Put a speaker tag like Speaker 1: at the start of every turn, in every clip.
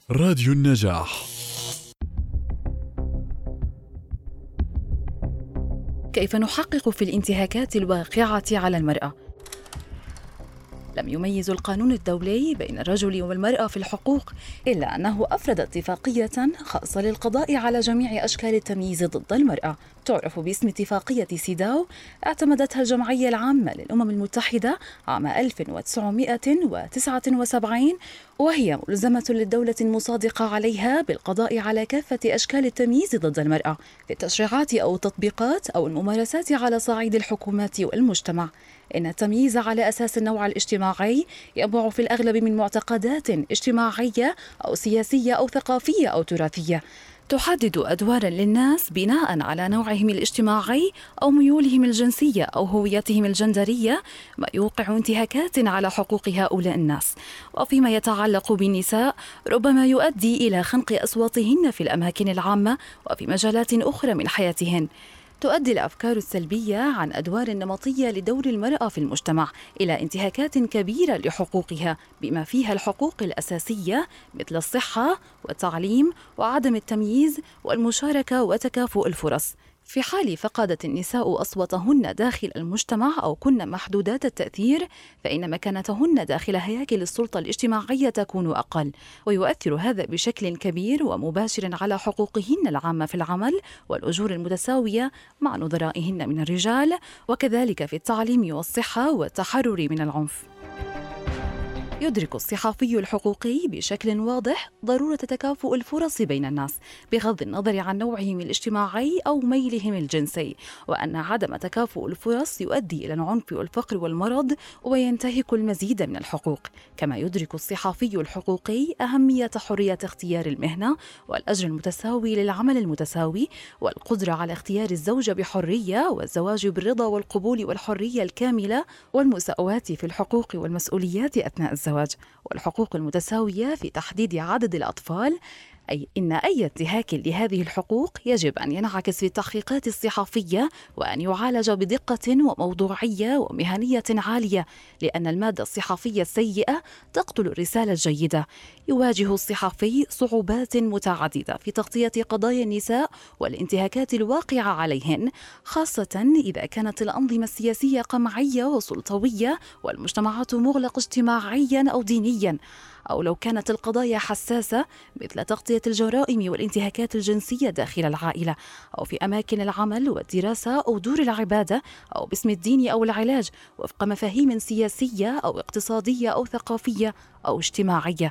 Speaker 1: راديو النجاح.
Speaker 2: كيف نحقق في الانتهاكات الواقعة على المرأة؟ لم يميز القانون الدولي بين الرجل والمرأة في الحقوق، إلا أنه أفرد اتفاقية خاصة للقضاء على جميع أشكال التمييز ضد المرأة، تعرف باسم اتفاقية سيداو. اعتمدتها الجمعية العامة للأمم المتحدة عام 1979، وهي ملزمة للدولة المصادقة عليها بالقضاء على كافة أشكال التمييز ضد المرأة في التشريعات أو التطبيقات أو الممارسات على صعيد الحكومات والمجتمع. إن التمييز على أساس النوع الاجتماعي ينبع في الأغلب من معتقدات اجتماعية أو سياسية أو ثقافية أو تراثية، تحدد أدوارا للناس بناء على نوعهم الاجتماعي أو ميولهم الجنسية أو هويتهم الجندرية، ما يوقع انتهاكات على حقوق هؤلاء الناس. وفيما يتعلق بالنساء ربما يؤدي إلى خنق أصواتهن في الأماكن العامة وفي مجالات أخرى من حياتهن. تؤدي الأفكار السلبية عن أدوار نمطية لدور المرأة في المجتمع إلى انتهاكات كبيرة لحقوقها، بما فيها الحقوق الأساسية مثل الصحة والتعليم وعدم التمييز والمشاركة وتكافؤ الفرص. في حال فقدت النساء أصواتهن داخل المجتمع أو كن محدودات التأثير، فإن مكانتهن داخل هياكل السلطة الاجتماعية تكون أقل، ويؤثر هذا بشكل كبير ومباشر على حقوقهن العامة في العمل والأجور المتساوية مع نظرائهن من الرجال، وكذلك في التعليم والصحة والتحرر من العنف. يدرك الصحفي الحقوقي بشكل واضح ضرورة تكافؤ الفرص بين الناس بغض النظر عن نوعهم الاجتماعي أو ميلهم الجنسي، وأن عدم تكافؤ الفرص يؤدي إلى العنف والفقر والمرض وينتهك المزيد من الحقوق. كما يدرك الصحفي الحقوقي أهمية حرية اختيار المهنة والأجر المتساوي للعمل المتساوي والقدرة على اختيار الزوجة بحرية والزواج بالرضا والقبول والحرية الكاملة والمساواة في الحقوق والمسؤوليات أثناء الزواج والحقوق المتساوية في تحديد عدد الأطفال. أي إن أي انتهاك لهذه الحقوق يجب أن ينعكس في التحقيقات الصحفية وأن يعالج بدقة وموضوعية ومهنية عالية، لأن المادة الصحفية السيئة تقتل الرسالة الجيدة. يواجه الصحفي صعوبات متعددة في تغطية قضايا النساء والانتهاكات الواقعة عليهن، خاصة إذا كانت الأنظمة السياسية قمعية وسلطوية والمجتمعات مغلقة اجتماعيا أو دينيا، أو لو كانت القضايا حساسة مثل تغطية الجرائم والانتهاكات الجنسية داخل العائلة أو في أماكن العمل والدراسة أو دور العبادة أو باسم الدين أو العلاج وفق مفاهيم سياسية أو اقتصادية أو ثقافية أو اجتماعية.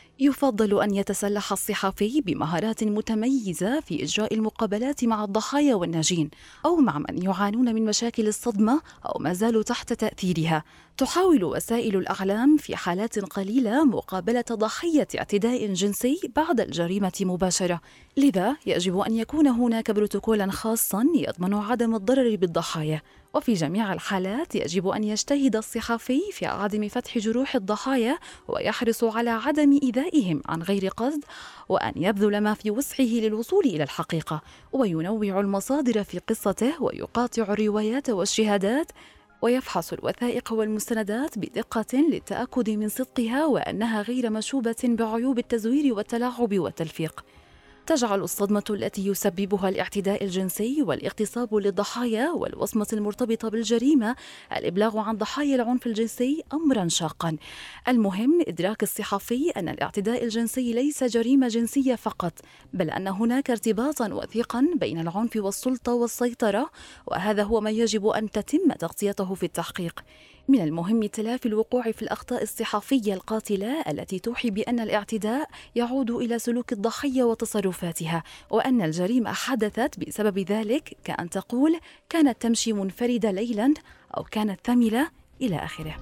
Speaker 2: يفضل أن يتسلح الصحفي بمهارات متميزة في إجراء المقابلات مع الضحايا والناجين أو مع من يعانون من مشاكل الصدمة أو ما زالوا تحت تأثيرها. تحاول وسائل الإعلام في حالات قليلة مقابلة ضحية اعتداء جنسي بعد الجريمة مباشرة، لذا يجب أن يكون هناك بروتوكولا خاصا يضمن عدم الضرر بالضحايا. وفي جميع الحالات يجب أن يجتهد الصحفي في عدم فتح جروح الضحايا ويحرص على عدم إيذائهم عن غير قصد، وأن يبذل ما في وسعه للوصول إلى الحقيقة، وينوع المصادر في قصته ويقاطع الروايات والشهادات، ويفحص الوثائق والمستندات بدقة للتأكد من صدقها وأنها غير مشوبة بعيوب التزوير والتلاعب والتلفيق. تجعل الصدمة التي يسببها الاعتداء الجنسي والاغتصاب للضحايا والوصمة المرتبطة بالجريمة الإبلاغ عن ضحايا العنف الجنسي أمرا شاقا. المهم إدراك الصحفي أن الاعتداء الجنسي ليس جريمة جنسية فقط، بل أن هناك ارتباطا وثيقا بين العنف والسلطة والسيطرة، وهذا هو ما يجب أن تتم تغطيته في التحقيق. من المهم تلافي الوقوع في الأخطاء الصحفية القاتلة التي توحي بأن الاعتداء يعود إلى سلوك الضحية وتصرفاتها، وأن الجريمة حدثت بسبب ذلك، كأن تقول كانت تمشي منفردة ليلا أو كانت ثملة إلى آخره.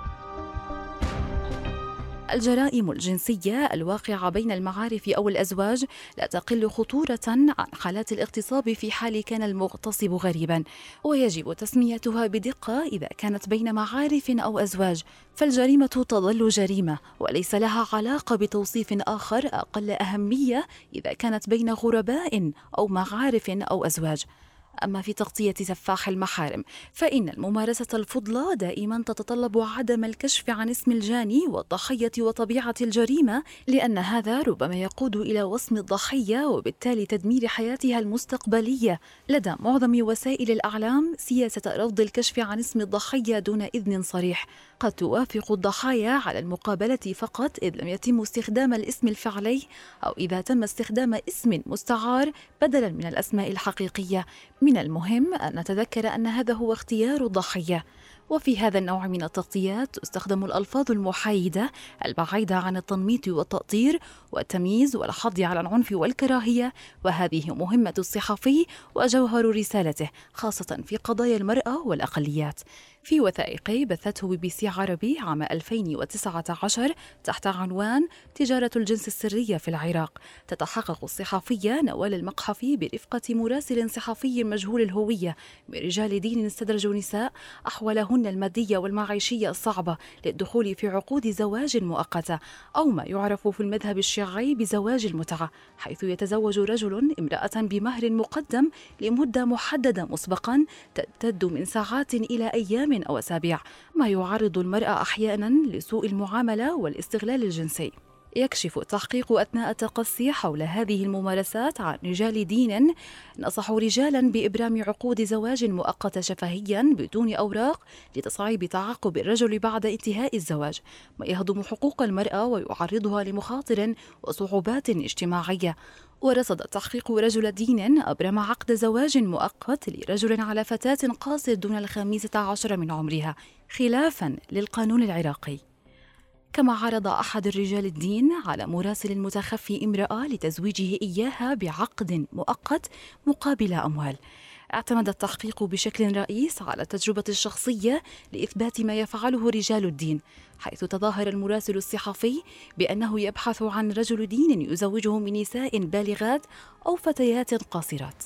Speaker 2: الجرائم الجنسية الواقعة بين المعارف أو الأزواج لا تقل خطورة عن حالات الاغتصاب في حال كان المغتصب غريبا، ويجب تسميتها بدقة إذا كانت بين معارف أو أزواج، فالجريمة تظل جريمة وليس لها علاقة بتوصيف آخر أقل أهمية إذا كانت بين غرباء أو معارف أو أزواج. أما في تغطية سفاح المحارم فإن الممارسة الفضلى دائما تتطلب عدم الكشف عن اسم الجاني والضحية وطبيعة الجريمة، لأن هذا ربما يقود إلى وصم الضحية وبالتالي تدمير حياتها المستقبلية. لدى معظم وسائل الإعلام سياسة رفض الكشف عن اسم الضحية دون إذن صريح، قد توافق الضحايا على المقابلة فقط إذ لم يتم استخدام الاسم الفعلي أو إذا تم استخدام اسم مستعار بدلا من الأسماء الحقيقية. من المهم أن نتذكر أن هذا هو اختيار الضحية. وفي هذا النوع من التغطيات تستخدم الألفاظ المحايدة البعيدة عن التنميط والتأطير والتمييز والحض على العنف والكراهية، وهذه مهمة الصحفي وجوهر رسالته، خاصة في قضايا المرأة والأقليات. في وثائق بثته BBC عربي عام 2019 تحت عنوان تجارة الجنس السرية في العراق، تتحقق الصحفية نوال المقحفي برفقة مراسل صحفي مجهول الهوية من رجال دين استدرجوا نساء أحوالهن المادية والمعيشية الصعبة للدخول في عقود زواج مؤقتة، أو ما يعرف في المذهب الشيعي بزواج المتعة، حيث يتزوج رجل امرأة بمهر مقدم لمدة محددة مسبقا تمتد من ساعات إلى أيام أو أسابيع، ما يعرض المرأة أحيانا لسوء المعاملة والاستغلال الجنسي. يكشف التحقيق أثناء التقصي حول هذه الممارسات عن رجال دين نصحوا رجالا بإبرام عقود زواج مؤقتة شفهيا بدون أوراق لتصعيب تعاقب الرجل بعد انتهاء الزواج، ما يهضم حقوق المرأة ويعرضها لمخاطر وصعوبات اجتماعية. ورصد التحقيق رجل دين أبرم عقد زواج مؤقت لرجل على فتاة قاصر دون 15 من عمرها خلافا للقانون العراقي. كما عرض أحد الرجال الدين على مراسل المتخفي امرأة لتزويجه إياها بعقد مؤقت مقابل أموال. اعتمد التحقيق بشكل رئيس على التجربة الشخصية لإثبات ما يفعله رجال الدين، حيث تظاهر المراسل الصحفي بأنه يبحث عن رجل دين يزوجه من نساء بالغات أو فتيات قاصرات.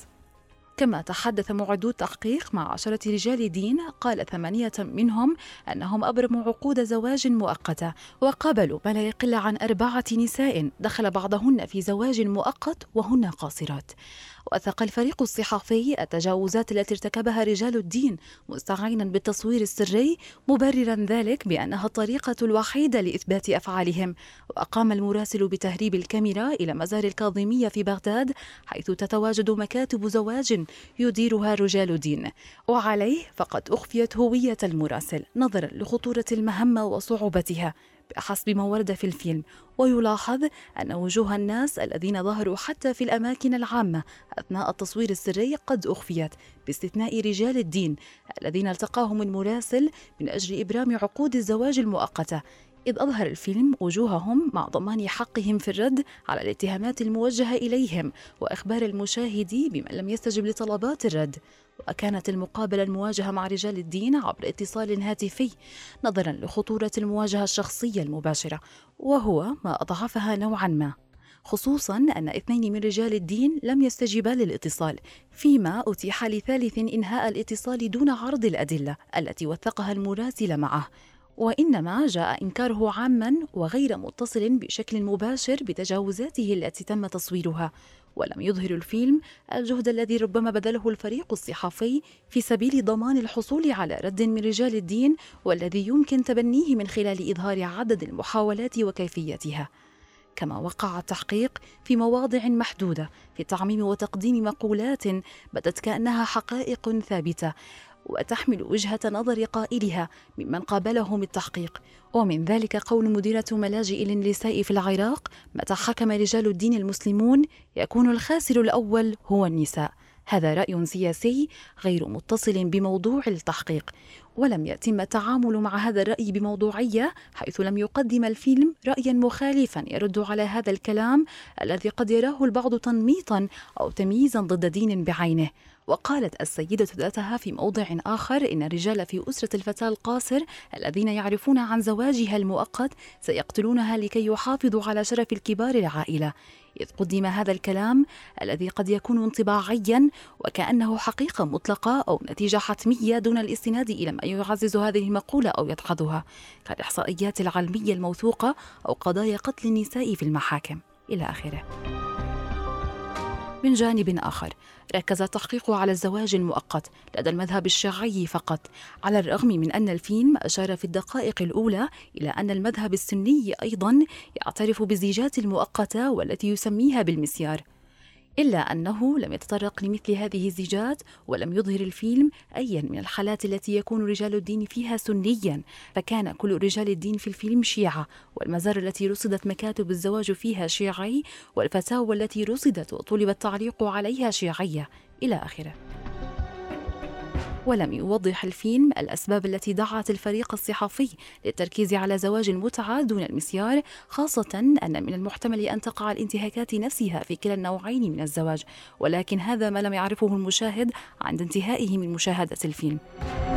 Speaker 2: كما تحدث معدو التحقيق مع 10 رجال دين، قال 8 منهم أنهم أبرموا عقود زواج مؤقتة وقابلوا ما لا يقل عن 4 نساء دخل بعضهن في زواج مؤقت وهن قاصرات. وأثق الفريق الصحفي التجاوزات التي ارتكبها رجال الدين مستعينا بالتصوير السري، مبررا ذلك بأنها الطريقة الوحيدة لإثبات أفعالهم. وأقام المراسل بتهريب الكاميرا إلى مزار الكاظمية في بغداد، حيث تتواجد مكاتب زواج يديرها رجال دين، وعليه فقد أخفيت هوية المراسل نظرا لخطورة المهمة وصعوبتها بحسب ما ورد في الفيلم. ويلاحظ أن وجوه الناس الذين ظهروا حتى في الأماكن العامة أثناء التصوير السري قد أخفيت، باستثناء رجال الدين الذين التقاهم المراسل من أجل إبرام عقود الزواج المؤقتة، إذ أظهر الفيلم وجوههم مع ضمان حقهم في الرد على الاتهامات الموجهة إليهم وإخبار المشاهد بمن لم يستجب لطلبات الرد. وكانت المقابلة المواجهة مع رجال الدين عبر اتصال هاتفي نظرا لخطورة المواجهة الشخصية المباشرة، وهو ما أضعفها نوعا ما، خصوصا أن 2 من رجال الدين لم يستجيبا للاتصال، فيما أتيح لثالث إنهاء الاتصال دون عرض الأدلة التي وثقها المراسل معه، وإنما جاء إنكاره عاما وغير متصل بشكل مباشر بتجاوزاته التي تم تصويرها. ولم يظهر الفيلم الجهد الذي ربما بذله الفريق الصحفي في سبيل ضمان الحصول على رد من رجال الدين، والذي يمكن تبنيه من خلال إظهار عدد المحاولات وكيفيتها. كما وقع التحقيق في مواضع محدودة في تعميم وتقديم مقولات بدت كأنها حقائق ثابتة وتحمل وجهة نظر قائلها ممن قابلهم التحقيق، ومن ذلك قول مديرة ملاجئ للنساء في العراق: متى حكم رجال الدين المسلمون يكون الخاسر الأول هو النساء. هذا رأي سياسي غير متصل بموضوع التحقيق، ولم يتم التعامل مع هذا الرأي بموضوعية، حيث لم يقدم الفيلم رأيا مخالفا يرد على هذا الكلام الذي قد يراه البعض تنميطا أو تمييزا ضد دين بعينه. وقالت السيدة ذاتها في موضع آخر إن الرجال في أسرة الفتاة القاصر الذين يعرفون عن زواجها المؤقت سيقتلونها لكي يحافظوا على شرف الكبار العائلة، إذ قدم هذا الكلام الذي قد يكون انطباعيا وكأنه حقيقة مطلقة أو نتيجة حتمية دون الاستناد إلى ما يعزز هذه المقولة أو يدحضها كالإحصائيات العلمية الموثوقة أو قضايا قتل النساء في المحاكم إلى آخره. من جانب آخر، ركز التحقيق على الزواج المؤقت لدى المذهب الشيعي فقط، على الرغم من أن الفيلم أشار في الدقائق الأولى إلى أن المذهب السني أيضاً يعترف بالزيجات المؤقتة والتي يسميها بالمسيار، إلا أنه لم يتطرق لمثل هذه الزيجات، ولم يظهر الفيلم أيا من الحالات التي يكون رجال الدين فيها سنيا، فكان كل رجال الدين في الفيلم شيعة، والمزار التي رصدت مكاتب الزواج فيها شيعي، والفتاوى التي رصدت وطلب التعليق عليها شيعية، إلى آخره. ولم يوضح الفيلم الأسباب التي دعت الفريق الصحفي للتركيز على زواج المتعة دون المسيار، خاصة أن من المحتمل أن تقع الانتهاكات نفسها في كلا النوعين من الزواج، ولكن هذا ما لم يعرفه المشاهد عند انتهائه من مشاهدة الفيلم.